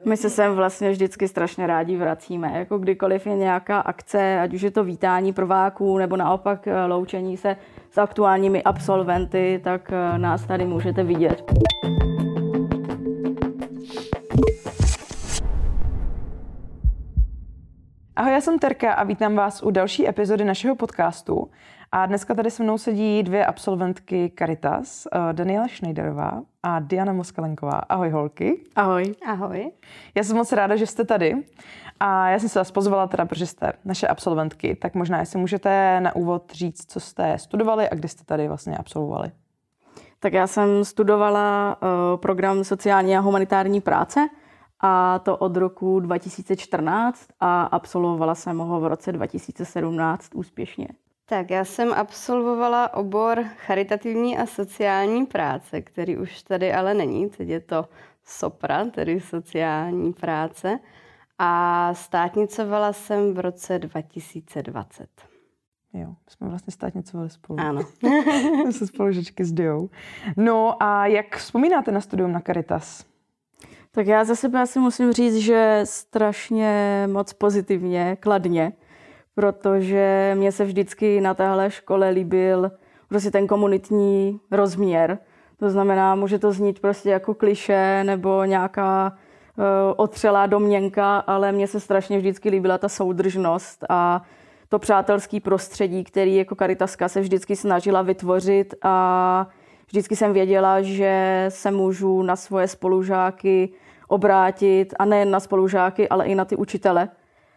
My se sem vlastně vždycky strašně rádi vracíme. Jako kdykoliv je nějaká akce, ať už je to vítání prváků nebo naopak loučení se s aktuálními absolventy, tak nás tady můžete vidět. Ahoj, já jsem Terka a vítám vás u další epizody našeho podcastu. A dneska tady se mnou sedí dvě absolventky Caritas, Daniela Schneiderová a Diana Moskalenková. Ahoj holky. Ahoj. Ahoj. Já jsem moc ráda, že jste tady. A já jsem se vás pozvala teda, protože jste naše absolventky, tak možná jestli můžete na úvod říct, co jste studovali a kdy jste tady vlastně absolvovali. Tak já jsem studovala program sociální a humanitární práce, a to od roku 2014 a absolvovala jsem ho v roce 2017 úspěšně. Tak já jsem absolvovala obor charitativní a sociální práce, který už tady ale není, teď je to SOPRA, tedy sociální práce, a státnicovala jsem v roce 2020. Jo, jsme vlastně státnicovali spolu. Ano. Jsme se spolužečky s Diou. No a jak vzpomínáte na studium na Caritas? Tak já za sebe asi musím říct, že strašně moc pozitivně, kladně, protože mě se vždycky na téhle škole líbil prostě ten komunitní rozměr. To znamená, může to znít prostě jako klišé nebo nějaká otřelá domněnka, ale mně se strašně vždycky líbila ta soudržnost a to přátelský prostředí, který jako Caritaska se vždycky snažila vytvořit, a vždycky jsem věděla, že se můžu na svoje spolužáky obrátit, a nejen na spolužáky, ale i na ty učitele.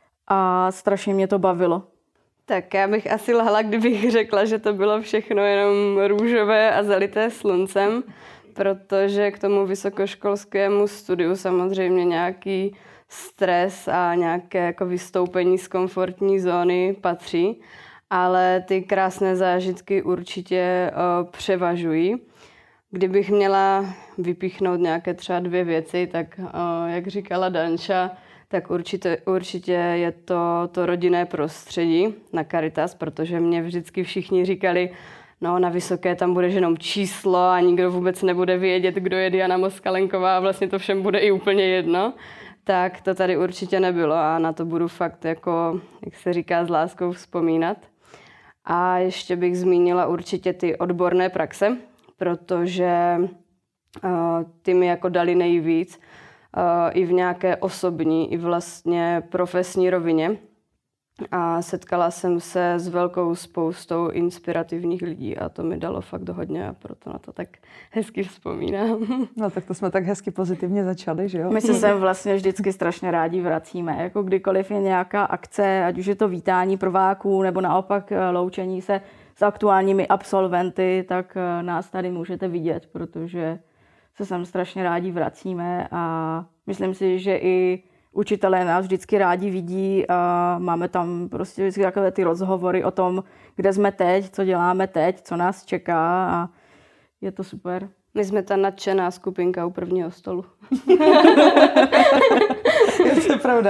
A strašně mě to bavilo. Tak já bych asi lhala, kdybych řekla, že to bylo všechno jenom růžové a zalité sluncem, protože k tomu vysokoškolskému studiu samozřejmě nějaký stres a nějaké jako vystoupení z komfortní zóny patří, ale ty krásné zážitky určitě převažují. Kdybych měla vypíchnout nějaké třeba dvě věci, tak jak říkala Danča, tak určitě je to rodinné prostředí na Caritas, protože mě vždycky všichni říkali, no na vysoké tam bude jenom číslo a nikdo vůbec nebude vědět, kdo je Diana Moskalenková a vlastně to všem bude i úplně jedno. Tak to tady určitě nebylo a na to budu fakt jako, jak se říká, s láskou vzpomínat. A ještě bych zmínila určitě ty odborné praxe, protože ty mi jako dali nejvíc i v nějaké osobní, i vlastně profesní rovině. A setkala jsem se s velkou spoustou inspirativních lidí a to mi dalo fakt hodně a proto na to tak hezky vzpomínám. No tak to jsme tak hezky pozitivně začali, že jo? My se sem vlastně vždycky strašně rádi vracíme. Jako kdykoliv je nějaká akce, ať už je to vítání prváků nebo naopak loučení se s aktuálními absolventy, tak nás tady můžete vidět, protože se sem strašně rádi vracíme a myslím si, že i učitelé nás vždycky rádi vidí a máme tam prostě vždycky takové ty rozhovory o tom, kde jsme teď, co děláme teď, co nás čeká a je to super. My jsme ta nadšená skupinka u prvního stolu. To je pravda.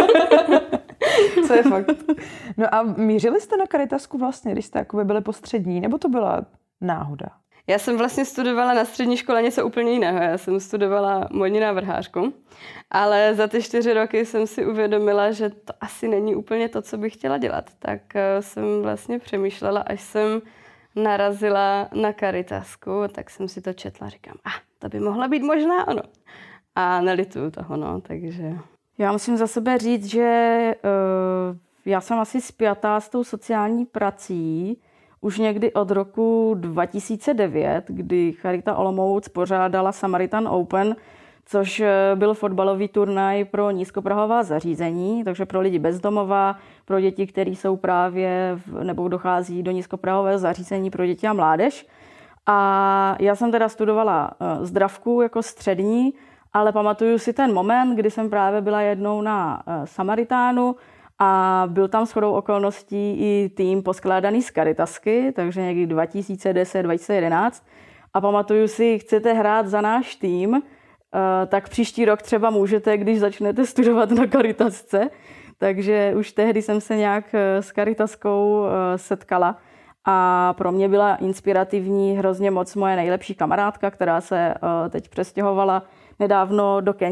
Co je fakt. No a mířili jste na Caritasku vlastně, když jste jakoby byli postřední, nebo to byla náhoda? Já jsem vlastně studovala na střední škole něco úplně jiného. Já jsem studovala módní návrhářku, ale za ty 4 roky jsem si uvědomila, že to asi není úplně to, co bych chtěla dělat. Tak jsem vlastně přemýšlela, až jsem narazila na Caritasku, tak jsem si to četla a říkám, to by mohla být možná ono. A nelituju toho, no, takže... Já musím za sebe říct, že já jsem asi spjatá s tou sociální prací už někdy od roku 2009, kdy Charita Olomouc pořádala Samaritan Open, což byl fotbalový turnaj pro nízkoprahová zařízení, takže pro lidi bezdomova, pro děti, které jsou právě nebo dochází do nízkoprahového zařízení pro děti a mládež. A já jsem teda studovala zdravku jako střední, ale pamatuju si ten moment, kdy jsem právě byla jednou na Samaritánu a byl tam shodou okolností i tým poskládaný z Caritasky, takže někdy 2010, 2011. A pamatuju si, chcete hrát za náš tým, tak příští rok třeba můžete, když začnete studovat na Caritasce. Takže už tehdy jsem se nějak s Caritaskou setkala. A pro mě byla inspirativní hrozně moc moje nejlepší kamarádka, která se teď přestěhovala nedávno do Keni.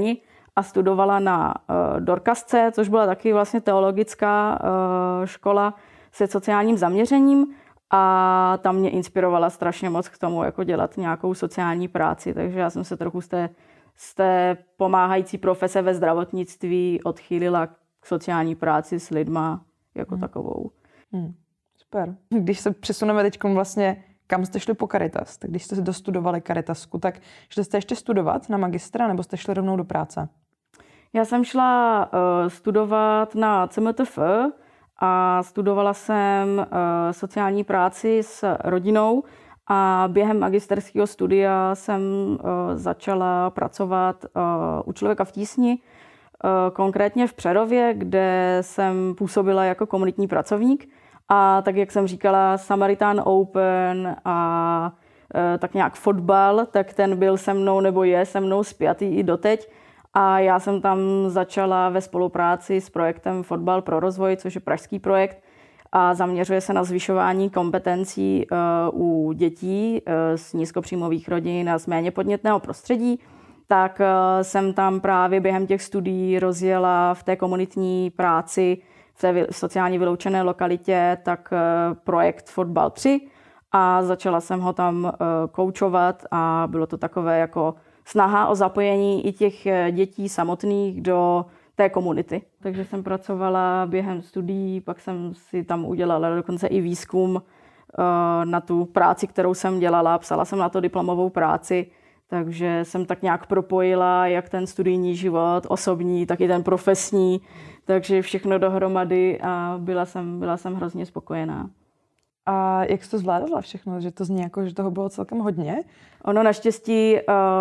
a studovala na Dorkasce, což byla taky vlastně teologická škola se sociálním zaměřením a tam mě inspirovala strašně moc k tomu, jako dělat nějakou sociální práci, takže já jsem se trochu z té pomáhající profese ve zdravotnictví odchýlila k sociální práci s lidma jako takovou. Super. Když se přesuneme teď vlastně, kam jste šli po Caritas, tak když jste dostudovali Caritasku, tak šli jste ještě studovat na magistra nebo jste šli rovnou do práce? Já jsem šla studovat na CMTF a studovala jsem sociální práci s rodinou a během magisterského studia jsem začala pracovat u Člověka v tísni, konkrétně v Přerově, kde jsem působila jako komunitní pracovník. A tak, jak jsem říkala, Samaritan Open a tak nějak fotbal, tak ten byl se mnou nebo je se mnou spjatý i doteď. A já jsem tam začala ve spolupráci s projektem Fotbal pro rozvoj, což je pražský projekt a zaměřuje se na zvyšování kompetencí u dětí z nízkopříjmových rodin a z méně podnětného prostředí. Tak jsem tam právě během těch studií rozjela v té komunitní práci v té sociálně vyloučené lokalitě tak projekt Fotbal 3 a začala jsem ho tam koučovat a bylo to takové jako snaha o zapojení i těch dětí samotných do té komunity. Takže jsem pracovala během studií, pak jsem si tam udělala dokonce i výzkum na tu práci, kterou jsem dělala. Psala jsem na to diplomovou práci, takže jsem tak nějak propojila jak ten studijní život, osobní, tak i ten profesní, takže všechno dohromady a byla jsem hrozně spokojená. A jak jsi to zvládala všechno? Že to zní jako, že toho bylo celkem hodně? Ono naštěstí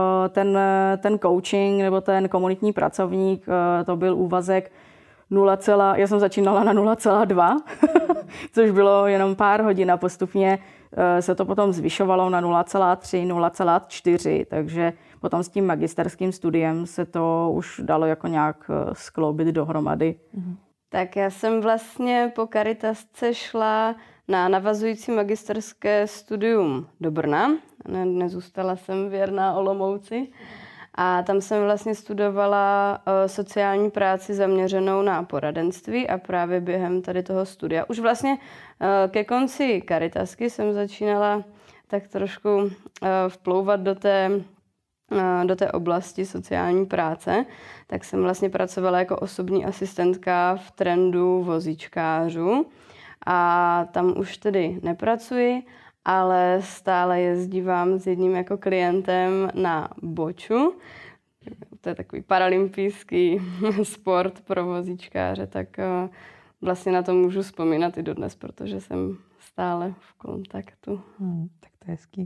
ten coaching nebo ten komunitní pracovník, to byl úvazek já jsem začínala na 0,2, což bylo jenom pár hodin a postupně se to potom zvyšovalo na 0,3, 0,4, takže potom s tím magisterským studiem se to už dalo jako nějak skloubit dohromady. Tak já jsem vlastně po Caritasce šla na navazující magisterské studium do Brna. Nezůstala jsem věrná Olomouci. A tam jsem vlastně studovala sociální práci zaměřenou na poradenství a právě během tady toho studia. Už vlastně ke konci Caritasky jsem začínala tak trošku vplouvat do té oblasti sociální práce, tak jsem vlastně pracovala jako osobní asistentka v trendu vozíčkářů a tam už tedy nepracuji, ale stále jezdívám s jedním jako klientem na boču. To je takový paralympijský sport pro vozíčkáře, tak vlastně na to můžu vzpomínat i dodnes, protože jsem stále v kontaktu. Tak to je hezký.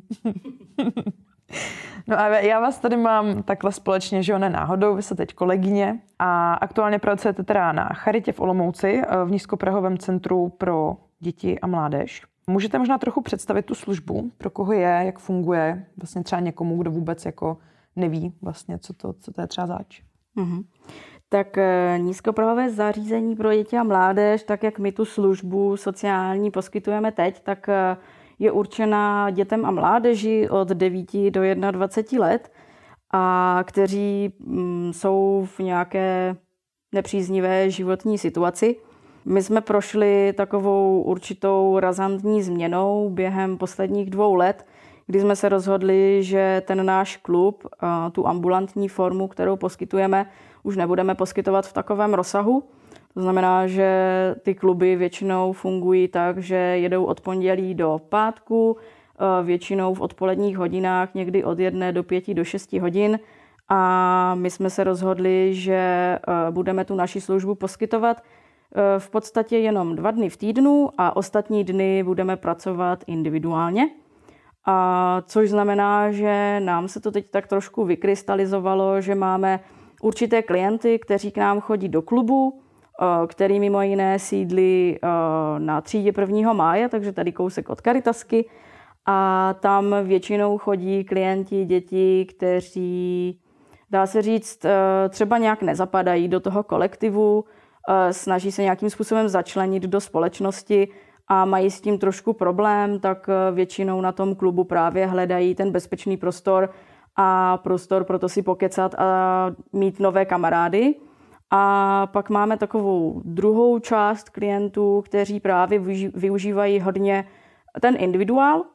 No a já vás tady mám takhle společně, že ne náhodou, vy jste teď kolegyně a aktuálně pracujete teda na Charitě v Olomouci v Nízkoprahovém centru pro děti a mládež. Můžete možná trochu představit tu službu, pro koho je, jak funguje, vlastně třeba někomu, kdo vůbec jako neví vlastně, co to je třeba zač. Tak nízkoprahové zařízení pro děti a mládež, tak jak my tu službu sociální poskytujeme teď, tak je určena dětem a mládeži od 9 do 21 let, a kteří jsou v nějaké nepříznivé životní situaci. My jsme prošli takovou určitou razantní změnou během posledních 2 let, kdy jsme se rozhodli, že ten náš klub, tu ambulantní formu, kterou poskytujeme, už nebudeme poskytovat v takovém rozsahu. To znamená, že ty kluby většinou fungují tak, že jedou od pondělí do pátku, většinou v odpoledních hodinách, někdy od 1 do 5 do 6 hodin. A my jsme se rozhodli, že budeme tu naši službu poskytovat v podstatě jenom 2 dny v týdnu a ostatní dny budeme pracovat individuálně. A což znamená, že nám se to teď tak trošku vykrystalizovalo, že máme určité klienty, kteří k nám chodí do klubu, který mimo jiné sídlí na třídě 1. máje, takže tady kousek od Caritasky. A tam většinou chodí klienti, děti, kteří, dá se říct, třeba nějak nezapadají do toho kolektivu, snaží se nějakým způsobem začlenit do společnosti a mají s tím trošku problém, tak většinou na tom klubu právě hledají ten bezpečný prostor a prostor pro to si pokecat a mít nové kamarády. A pak máme takovou druhou část klientů, kteří právě využívají hodně ten individuál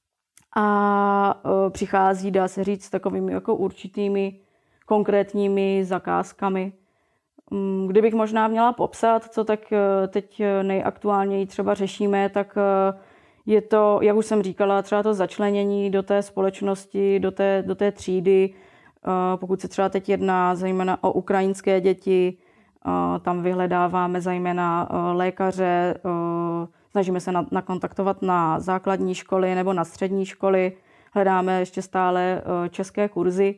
a přichází, dá se říct, s takovými jako určitými konkrétními zakázkami. Kdybych možná měla popsat, co tak teď nejaktuálněji třeba řešíme, tak je to, jak už jsem říkala, třeba to začlenění do té společnosti, do té třídy. Pokud se třeba teď jedná zejména o ukrajinské děti, tam vyhledáváme zejména lékaře, snažíme se nakontaktovat na základní školy nebo na střední školy, hledáme ještě stále české kurzy.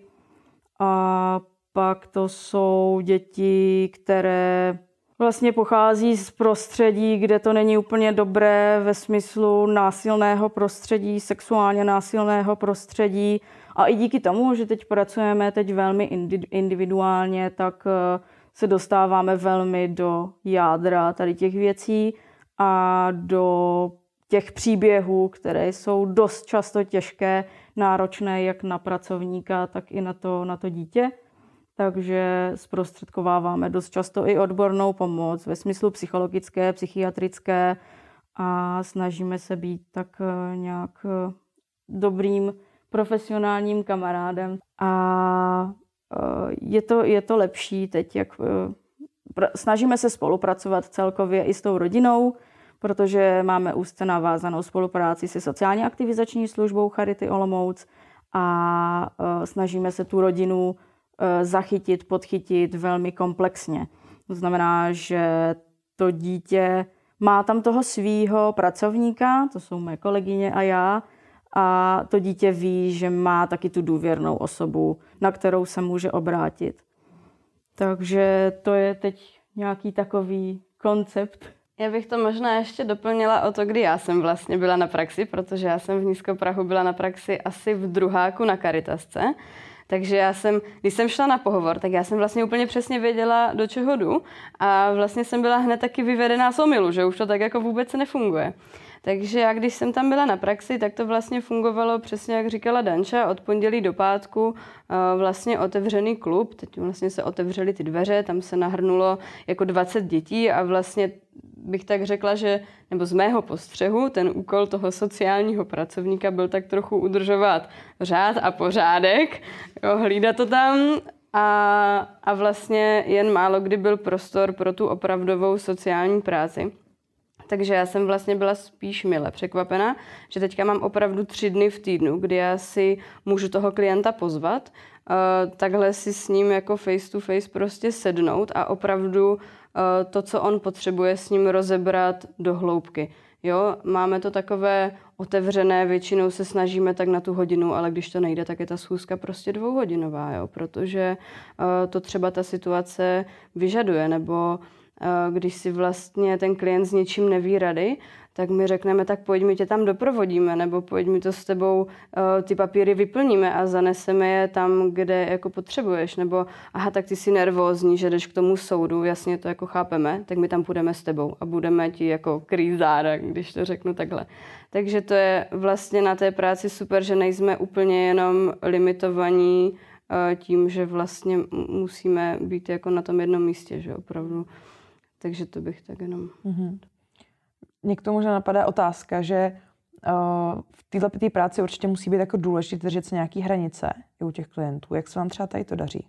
A pak to jsou děti, které vlastně pochází z prostředí, kde to není úplně dobré ve smyslu násilného prostředí, sexuálně násilného prostředí. A i díky tomu, že teď pracujeme velmi individuálně, tak se dostáváme velmi do jádra tady těch věcí a do těch příběhů, které jsou dost často těžké, náročné jak na pracovníka, tak i na to dítě. Takže zprostředkováváme dost často i odbornou pomoc ve smyslu psychologické, psychiatrické a snažíme se být tak nějak dobrým profesionálním kamarádem. A je to lepší teď, jak snažíme se spolupracovat celkově i s tou rodinou, protože máme úzce navázanou spolupráci se sociálně aktivizační službou Charity Olomouc a snažíme se tu rodinu zachytit, podchytit velmi komplexně. To znamená, že to dítě má tam toho svýho pracovníka, to jsou moje kolegyně a já, a to dítě ví, že má taky tu důvěrnou osobu, na kterou se může obrátit. Takže to je teď nějaký takový koncept. Já bych to možná ještě doplnila o to, kdy já jsem vlastně byla na praxi, protože já jsem v Nízkoprahu byla na praxi asi v druháku na Caritasce. Takže když jsem šla na pohovor, tak já jsem vlastně úplně přesně věděla, do čeho jdu a vlastně jsem byla hned taky vyvedená z omylu, že už to tak jako vůbec nefunguje. Takže já, když jsem tam byla na praxi, tak to vlastně fungovalo přesně, jak říkala Danča, od pondělí do pátku vlastně otevřený klub. Teď vlastně se otevřely ty dveře, tam se nahrnulo jako 20 dětí a vlastně bych tak řekla, že, nebo z mého postřehu, ten úkol toho sociálního pracovníka byl tak trochu udržovat řád a pořádek, jo, hlídat to tam a vlastně jen málo kdy byl prostor pro tu opravdovou sociální práci. Takže já jsem vlastně byla spíš mile překvapena, že teďka mám opravdu 3 dny v týdnu, kdy já si můžu toho klienta pozvat, takhle si s ním jako face to face prostě sednout a opravdu to, co on potřebuje, s ním rozebrat do hloubky. Jo, máme to takové otevřené, většinou se snažíme tak na tu hodinu, ale když to nejde, tak je ta schůzka prostě 2hodinová, jo, protože to třeba ta situace vyžaduje, nebo když si vlastně ten klient s něčím neví rady, tak my řekneme, tak pojď, my tě tam doprovodíme, nebo pojď, my to s tebou ty papíry vyplníme a zaneseme je tam, kde jako potřebuješ, nebo aha, tak ty jsi nervózní, že jdeš k tomu soudu, jasně to jako chápeme, tak my tam půjdeme s tebou a budeme ti jako krýt záda, když to řeknu takhle. Takže to je vlastně na té práci super, že nejsme úplně jenom limitovaní tím, že vlastně musíme být jako na tom jednom místě, že opravdu. Takže to bych tak jenom... Mm-hmm. Mně k tomu možná napadá otázka, že v této práci určitě musí být jako důležité držet se nějaký hranice i u těch klientů. Jak se vám třeba tady to daří?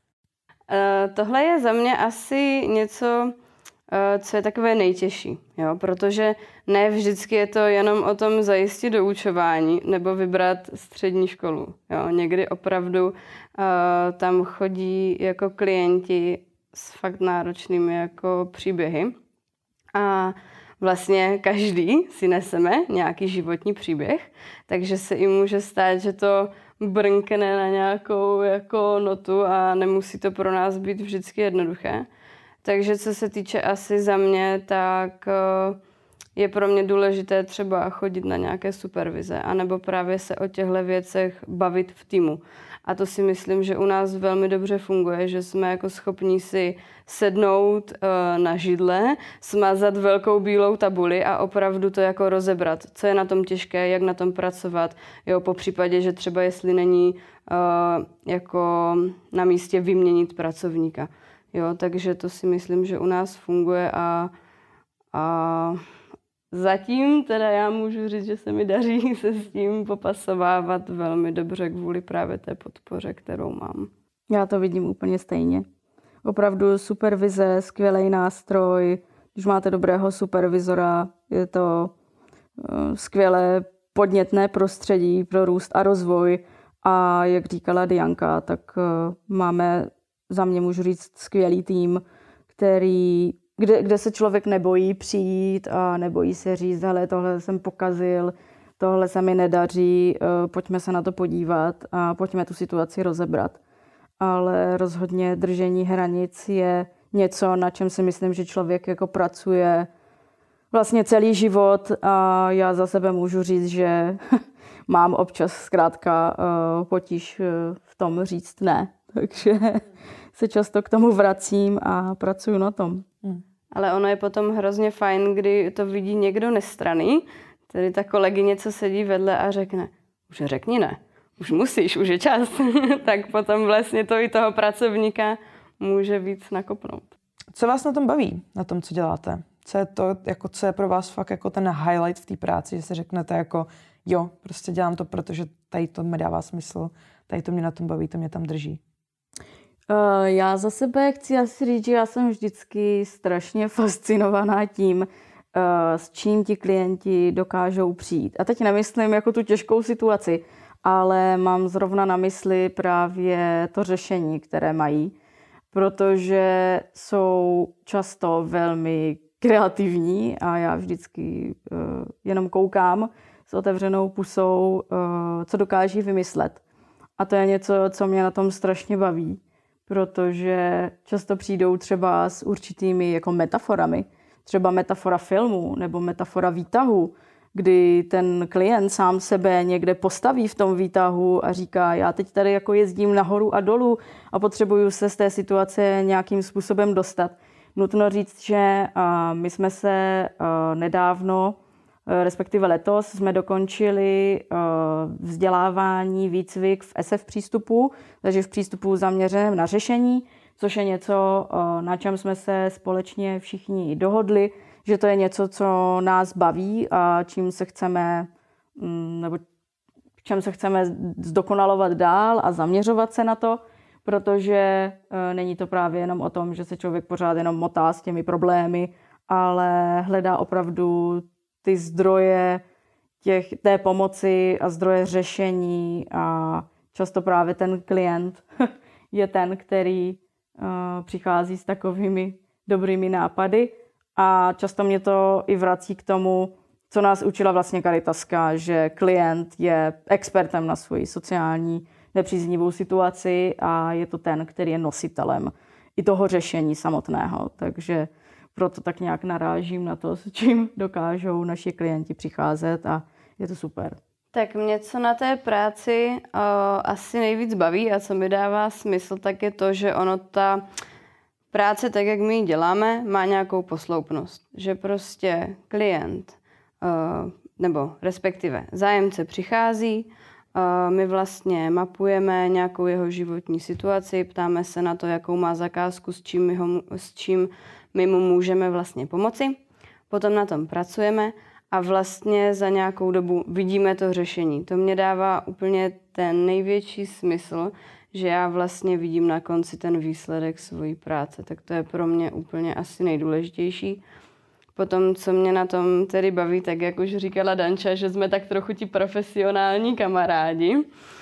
Tohle je za mě asi něco, co je takové nejtěžší, jo? Protože ne vždycky je to jenom o tom zajistit doučování nebo vybrat střední školu. Jo? Někdy opravdu tam chodí jako klienti s fakt náročnými jako příběhy a vlastně každý si neseme nějaký životní příběh, takže se i může stát, že to brnkne na nějakou jako notu a nemusí to pro nás být vždycky jednoduché. Takže co se týče asi za mě, tak je pro mě důležité třeba chodit na nějaké supervize, anebo právě se o těchto věcech bavit v týmu. A to si myslím, že u nás velmi dobře funguje, že jsme jako schopní si sednout na židle, smazat velkou bílou tabuli a opravdu to jako rozebrat, co je na tom těžké, jak na tom pracovat. Jo, po případě, že třeba jestli není jako na místě vyměnit pracovníka. Jo, takže to si myslím, že u nás funguje a zatím teda já můžu říct, že se mi daří se s tím popasovávat velmi dobře kvůli právě té podpoře, kterou mám. Já to vidím úplně stejně. Opravdu supervize, skvělý nástroj. Když máte dobrého supervizora, je to skvělé podnětné prostředí pro růst a rozvoj. A jak říkala Dianka, tak máme, za mě můžu říct, skvělý tým, kde se člověk nebojí přijít a nebojí se říct, hele, tohle jsem pokazil, tohle se mi nedaří, pojďme se na to podívat a pojďme tu situaci rozebrat. Ale rozhodně držení hranic je něco, na čem si myslím, že člověk jako pracuje vlastně celý život a já za sebe můžu říct, že mám občas zkrátka potíž v tom říct ne. Takže se často k tomu vracím a pracuji na tom. Ale ono je potom hrozně fajn, kdy to vidí někdo nestranný, tedy ta kolegyně, co sedí vedle a řekne, už řekni ne, už musíš, už je čas. Tak potom vlastně to i toho pracovníka může víc nakopnout. Co vás na tom baví, na tom, co děláte? Co je to, jako, co je pro vás fakt jako ten highlight v té práci, že si řeknete jako jo, prostě dělám to, protože tady to mi dává smysl, tady to mě na tom baví, to mě tam drží. Já za sebe chci asi říct, že já jsem vždycky strašně fascinovaná tím, s čím ti klienti dokážou přijít. A teď nemyslím jako tu těžkou situaci, ale mám zrovna na mysli právě to řešení, které mají, protože jsou často velmi kreativní a já vždycky jenom koukám s otevřenou pusou, co dokáží vymyslet. A to je něco, co mě na tom strašně baví, protože často přijdou třeba s určitými jako metaforami, třeba metafora filmu nebo metafora výtahu, kdy ten klient sám sebe někde postaví v tom výtahu a říká, já teď tady jako jezdím nahoru a dolů a potřebuju se z té situace nějakým způsobem dostat. Nutno říct, že my jsme se nedávno, respektive letos, jsme dokončili vzdělávání, výcvik v SF přístupu, takže v přístupu zaměřeném na řešení, což je něco, na čem jsme se společně všichni dohodli, že to je něco, co nás baví a čím se chceme, nebo v čem se chceme zdokonalovat dál a zaměřovat se na to, protože není to právě jenom o tom, že se člověk pořád jenom motá s těmi problémy, ale hledá opravdu ty zdroje té pomoci a zdroje řešení a často právě ten klient je ten, který přichází s takovými dobrými nápady a často mě to i vrací k tomu, co nás učila vlastně Caritaska, že klient je expertem na svoji sociální nepříznivou situaci a je to ten, který je nositelem i toho řešení samotného. Takže proto tak nějak narážím na to, s čím dokážou naši klienti přicházet a je to super. Tak mě, co na té práci asi nejvíc baví a co mi dává smysl, tak je to, že ta práce, tak jak my ji děláme, má nějakou posloupnost. Že prostě klient, nebo respektive zájemce přichází, my vlastně mapujeme nějakou jeho životní situaci, ptáme se na to, jakou má zakázku, s čím my mu můžeme vlastně pomoci. Potom na tom pracujeme a vlastně za nějakou dobu vidíme to řešení. To mě dává úplně ten největší smysl, že já vlastně vidím na konci ten výsledek svojí práce. Tak to je pro mě úplně asi nejdůležitější. Potom, co mě na tom tedy baví, tak jak už říkala Danča, že jsme tak trochu ti profesionální kamarádi,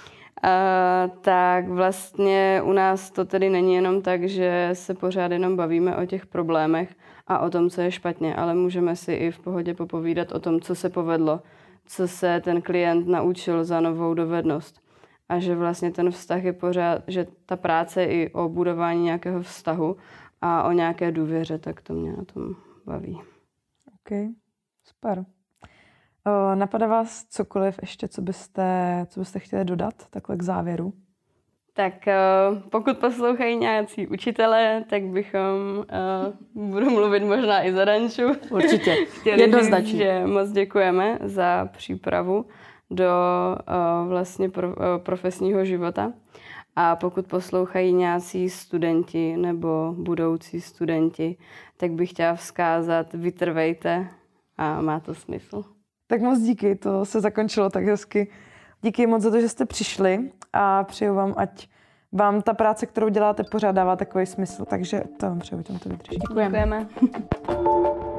tak vlastně u nás to tedy není jenom tak, že se pořád jenom bavíme o těch problémech a o tom, co je špatně, ale můžeme si i v pohodě popovídat o tom, co se povedlo, co se ten klient naučil za novou dovednost. A že vlastně ten vztah je pořád, že ta práce je i o budování nějakého vztahu a o nějaké důvěře, tak to mě na tom baví. Okay. Super. Napadá vás cokoliv ještě, co byste chtěli dodat takhle k závěru? Tak pokud poslouchají nějací učitelé, tak budu mluvit možná i za Danču. Určitě, jednoznačně. Říct, že moc děkujeme za přípravu do vlastně profesního života. A pokud poslouchají nějací studenti nebo budoucí studenti, tak bych chtěla vzkázat, vytrvejte a má to smysl. Tak moc díky, to se zakončilo tak hezky. Díky moc za to, že jste přišli a přeju vám, ať vám ta práce, kterou děláte, pořád dává takový smysl. Takže to vám přeju, to vydrží. Děkujeme.